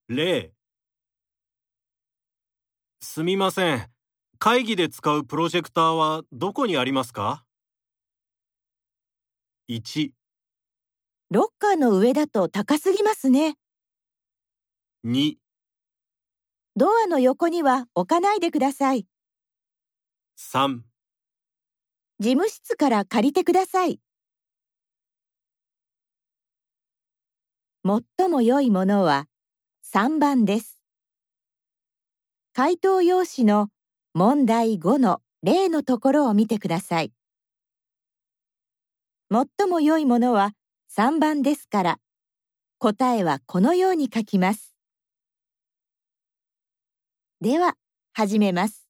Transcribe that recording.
例。すみません。会議で使うプロジェクターはどこにありますか？ 1、 ロッカーの上だと高すぎますね。 2、 ドアの横には置かないでください。 3。 事務室から借りてください。最も良いものは3番です。回答用紙の問題5の例のところを見てください。最も良いものは3番ですから、答えはこのように書きます。では、始めます。